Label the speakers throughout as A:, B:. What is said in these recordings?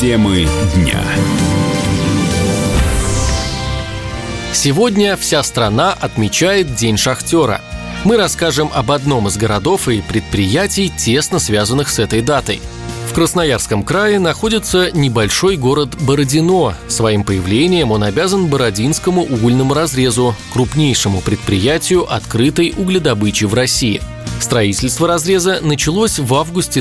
A: Темы дня.
B: Сегодня вся страна отмечает День шахтера. Мы расскажем об одном из городов и предприятий, тесно связанных с этой датой. В Красноярском крае находится небольшой город Бородино. Своим появлением он обязан Бородинскому угольному разрезу, крупнейшему предприятию открытой угледобычи в России. Строительство разреза началось в августе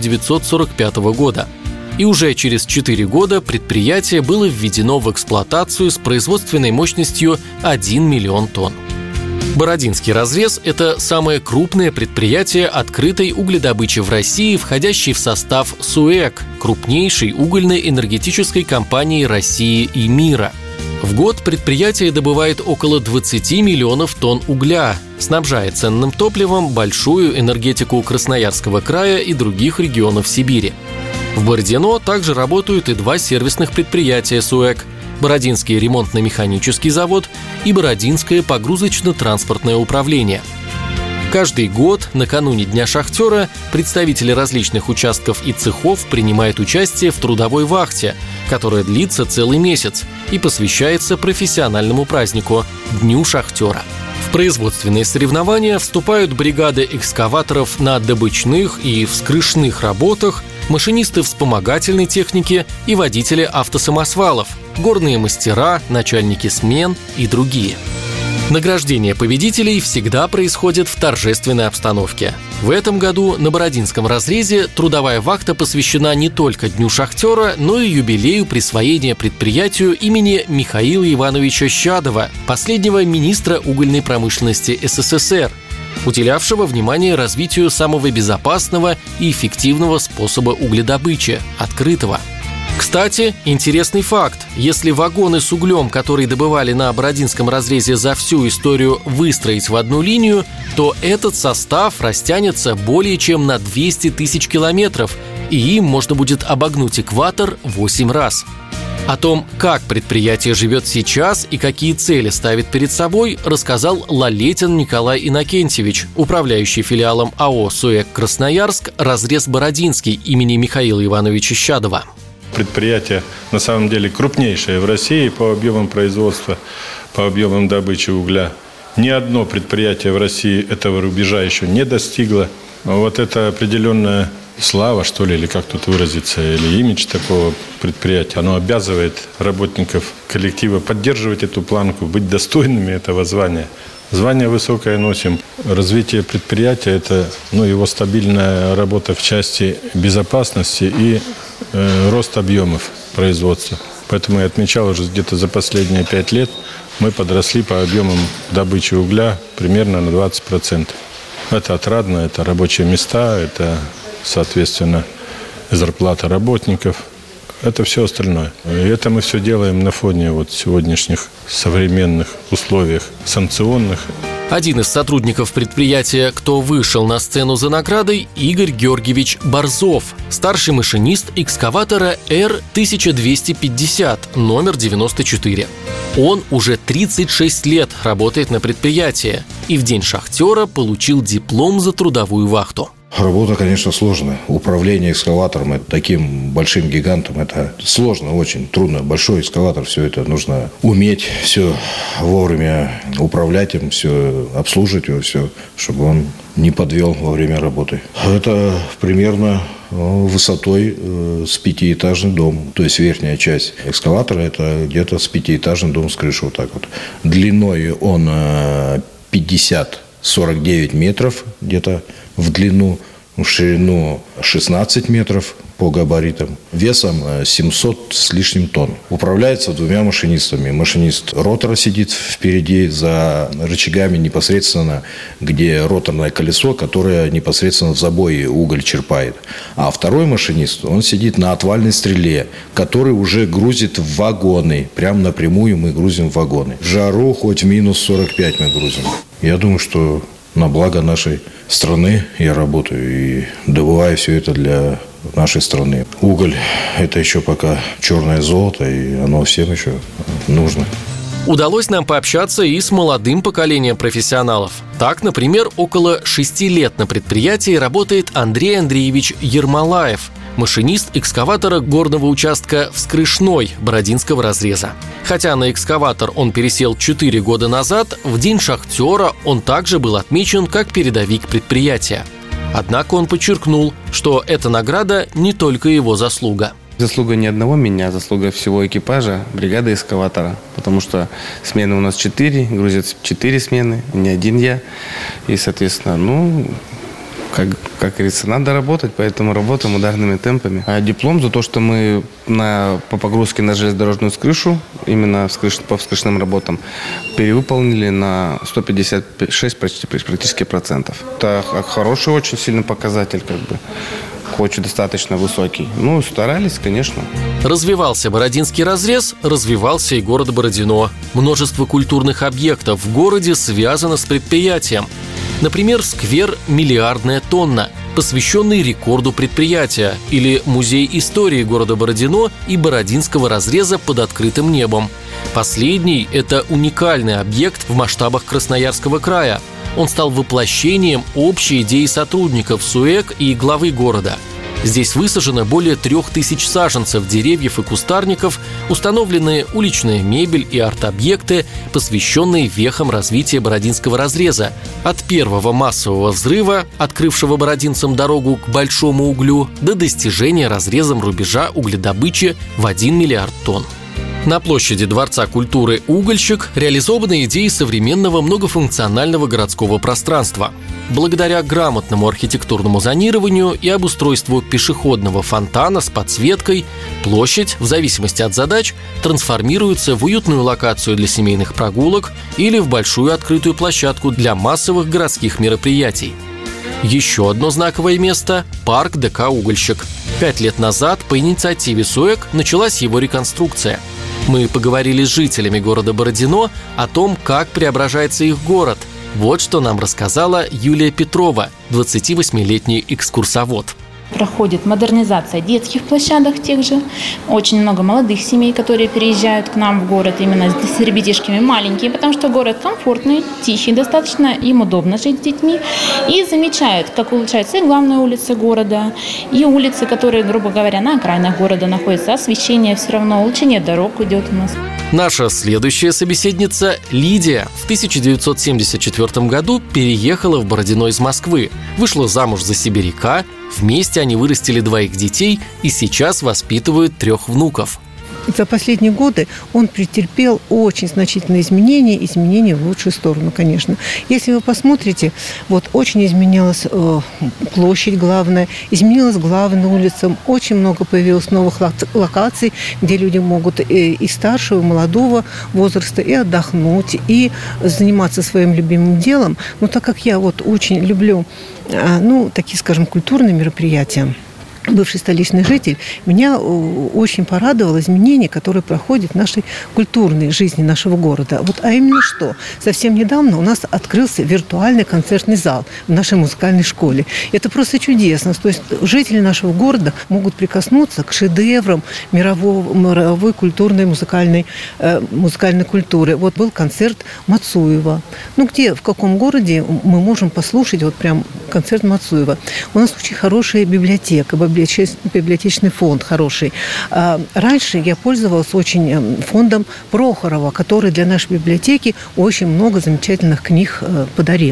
B: 1945 года. И уже через 4 года предприятие было введено в эксплуатацию с производственной мощностью 1 миллион тонн. Бородинский разрез – это самое крупное предприятие открытой угледобычи в России, входящее в состав СУЭК, крупнейшей угольной энергетической компании России и мира. В год предприятие добывает около 20 миллионов тонн угля, снабжая ценным топливом большую энергетику Красноярского края и других регионов Сибири. В Бородино также работают и 2 сервисных предприятия СУЭК – Бородинский ремонтно-механический завод и Бородинское погрузочно-транспортное управление. Каждый год, накануне Дня шахтера, представители различных участков и цехов принимают участие в трудовой вахте, которая длится целый месяц и посвящается профессиональному празднику – Дню шахтера. В производственные соревнования вступают бригады экскаваторов на добычных и вскрышных работах, машинисты вспомогательной техники и водители автосамосвалов, горные мастера, начальники смен и другие. Награждение победителей всегда происходит в торжественной обстановке. В этом году на Бородинском разрезе трудовая вахта посвящена не только Дню шахтера, но и юбилею присвоения предприятию имени Михаила Ивановича Щадова, последнего министра угольной промышленности СССР, уделявшего внимание развитию самого безопасного и эффективного способа угледобычи – открытого. Кстати, интересный факт. Если вагоны с углем, которые добывали на Бородинском разрезе за всю историю, выстроить в одну линию, то этот состав растянется более чем на 200 тысяч километров, и им можно будет обогнуть экватор 8 раз. О том, как предприятие живет сейчас и какие цели ставит перед собой, рассказал Лалетин Николай Иннокентьевич, управляющий филиалом АО «СУЭК Красноярск» «Разрез Бородинский» имени Михаила Ивановича Щадова.
C: Предприятие на самом деле крупнейшее в России по объемам производства, по объемам добычи угля. Ни одно предприятие в России этого рубежа еще не достигло. Вот это определенная слава, что ли, или как тут выразиться, или имидж такого предприятия, оно обязывает работников коллектива поддерживать эту планку, быть достойными этого звания. Звание высокое носим. Развитие предприятия – это его стабильная работа в части безопасности и рост объемов производства. Поэтому я отмечал уже где-то за последние 5 лет мы подросли по объемам добычи угля примерно на 20%. Это отрадно, это рабочие места, это, соответственно, зарплата работников. Это все остальное. И это мы все делаем на фоне сегодняшних современных условиях санкционных.
B: Один из сотрудников предприятия, кто вышел на сцену за наградой, Игорь Георгиевич Борзов, старший машинист экскаватора Р-1250, номер 94. Он уже 36 лет работает на предприятии и в День шахтера получил диплом за трудовую вахту.
D: Работа, конечно, сложная. Управление экскаватором, это таким большим гигантом, это сложно, очень трудно. Большой экскаватор, все это нужно уметь, все вовремя управлять им, все обслуживать его, все, чтобы он не подвел во время работы. Это примерно высотой с 5-этажный дом. То есть верхняя часть экскаватора, это где-то с 5-этажный дом с крышей, вот так вот. Длиной он 50-49 метров где-то в длину, в ширину 16 метров по габаритам, весом 700 с лишним тонн. Управляется 2 машинистами. Машинист ротора сидит впереди за рычагами непосредственно, где роторное колесо, которое непосредственно в забое уголь черпает. А второй машинист, он сидит на отвальной стреле, который уже грузит в вагоны. Прям напрямую мы грузим в вагоны. В жару хоть в минус 45 мы грузим. Я думаю, что на благо нашей страны я работаю и добываю все это для нашей страны. Уголь – это еще пока черное золото, и оно всем еще нужно.
B: Удалось нам пообщаться и с молодым поколением профессионалов. Так, например, около 6 лет на предприятии работает Андрей Андреевич Ермолаев, машинист экскаватора горного участка Вскрышной Бородинского разреза. Хотя на экскаватор он пересел 4 года назад, в День шахтера он также был отмечен как передовик предприятия. Однако он подчеркнул, что эта награда не только его заслуга.
A: Заслуга не одного меня, заслуга всего экипажа, бригады экскаватора. Потому что смены у нас 4, грузят 4 смены, не один я. И, соответственно, как говорится, надо работать, поэтому работаем ударными темпами. А диплом за то, что мы по погрузке на железнодорожную крышу, именно по вскрышным работам, перевыполнили на 156 практически процентов. Это хороший очень сильный показатель, очень достаточно высокий. Старались, конечно.
B: Развивался Бородинский разрез, развивался и город Бородино. Множество культурных объектов в городе связано с предприятием. Например, сквер «Миллиардная тонна», посвященный рекорду предприятия, или музей истории города Бородино и Бородинского разреза под открытым небом. Последний – это уникальный объект в масштабах Красноярского края. Он стал воплощением общей идеи сотрудников СУЭК и главы города. Здесь высажено более 3000 саженцев деревьев и кустарников, установлены уличная мебель и арт-объекты, посвященные вехам развития Бородинского разреза. От первого массового взрыва, открывшего бородинцам дорогу к большому углю, до достижения разрезом рубежа угледобычи в 1 миллиард тонн. На площади Дворца культуры «Угольщик» реализованы идеи современного многофункционального городского пространства. Благодаря грамотному архитектурному зонированию и обустройству пешеходного фонтана с подсветкой, площадь, в зависимости от задач, трансформируется в уютную локацию для семейных прогулок или в большую открытую площадку для массовых городских мероприятий. Еще одно знаковое место – парк ДК «Угольщик». 5 лет назад по инициативе СУЭК началась его реконструкция. Мы поговорили с жителями города Бородино о том, как преображается их город. Вот что нам рассказала Юлия Петрова, 28-летний экскурсовод.
E: Проходит модернизация детских площадок тех же. Очень много молодых семей, которые переезжают к нам в город именно с ребятишками маленькие, потому что город комфортный, тихий достаточно, им удобно жить с детьми. И замечают, как улучшается и главная улица города, и улицы, которые, грубо говоря, на окраинах города находятся. Освещение все равно, улучшение дорог идет у нас.
B: Наша следующая собеседница Лидия в 1974 году переехала в Бородино из Москвы, вышла замуж за сибиряка, вместе они вырастили 2 детей и сейчас воспитывают 3 внуков.
F: За последние годы он претерпел очень значительные изменения в лучшую сторону, конечно. Если вы посмотрите, очень изменялась площадь главная, изменилась главная улица, очень много появилось новых локаций, где люди могут и старшего, и молодого возраста и отдохнуть, и заниматься своим любимым делом. Но так как я очень люблю, такие, скажем, культурные мероприятия, бывший столичный житель, меня очень порадовало изменение, которое проходит в нашей культурной жизни нашего города. А именно что? Совсем недавно у нас открылся виртуальный концертный зал в нашей музыкальной школе. Это просто чудесно. То есть жители нашего города могут прикоснуться к шедеврам мировой культурной музыкальной культуры. Был концерт Мацуева. В каком городе мы можем послушать прям концерт Мацуева? У нас очень хорошая библиотека, библиотечный фонд хороший. Раньше я пользовалась очень фондом Прохорова, который для нашей библиотеки очень много замечательных книг подарил.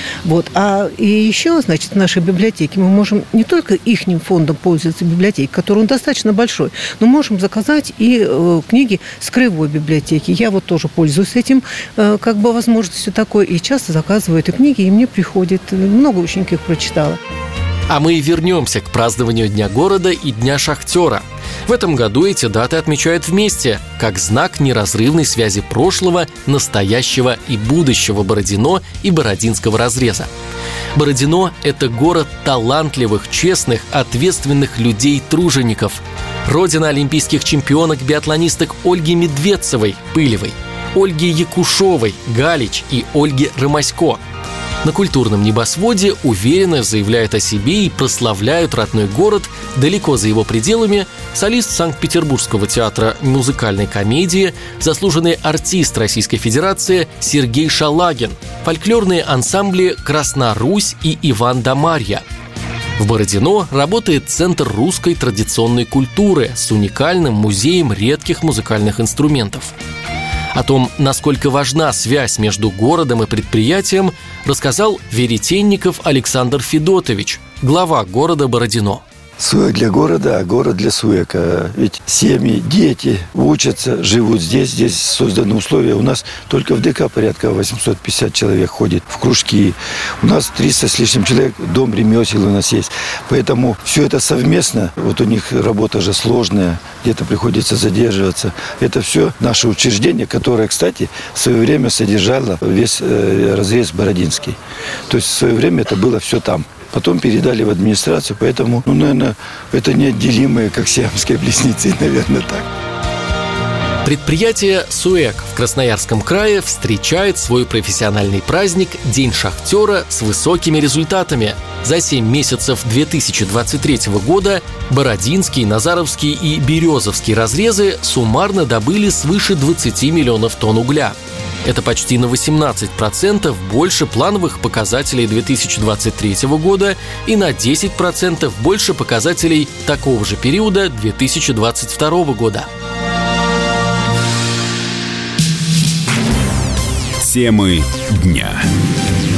F: И еще, в нашей библиотеке мы можем не только ихним фондом пользоваться библиотекой, который он достаточно большой, но можем заказать и книги с краевой библиотеки. Я тоже пользуюсь этим, возможностью такой, и часто заказываю эти книги, и мне приходит. Много учеников прочитала.
B: А мы вернемся к празднованию Дня города и Дня шахтера. В этом году эти даты отмечают вместе, как знак неразрывной связи прошлого, настоящего и будущего Бородино и Бородинского разреза. Бородино – это город талантливых, честных, ответственных людей-тружеников. Родина олимпийских чемпионок-биатлонисток Ольги Медведцевой, Пылевой, Ольги Якушевой, Галич и Ольги Ромасько. На культурном небосводе уверенно заявляют о себе и прославляют родной город далеко за его пределами солист Санкт-Петербургского театра музыкальной комедии, заслуженный артист Российской Федерации Сергей Шалагин, фольклорные ансамбли «Красна Русь» и «Иван да Марья». В Бородино работает Центр русской традиционной культуры с уникальным музеем редких музыкальных инструментов. О том, насколько важна связь между городом и предприятием, рассказал веретенников Александр Федотович, глава города Бородино.
G: Суэк для города, а город для Суэка. Ведь семьи, дети учатся, живут здесь. Здесь созданы условия. У нас только в ДК порядка 850 человек ходит в кружки. У нас 300 с лишним человек, дом ремесел у нас есть. Поэтому все это совместно. Вот у них работа же сложная, где-то приходится задерживаться. Это все наше учреждение, которое, кстати, в свое время содержало весь разрез Бородинский. То есть в свое время это было все там. Потом передали в администрацию, поэтому, наверное, это неотделимые, как сиамские близнецы, наверное, так.
B: Предприятие «Суэк» в Красноярском крае встречает свой профессиональный праздник «День шахтера» с высокими результатами. За 7 месяцев 2023 года Бородинский, Назаровский и Березовский разрезы суммарно добыли свыше 20 миллионов тонн угля. Это почти на 18% больше плановых показателей 2023 года и на 10% больше показателей такого же периода 2022 года.
H: Темы дня.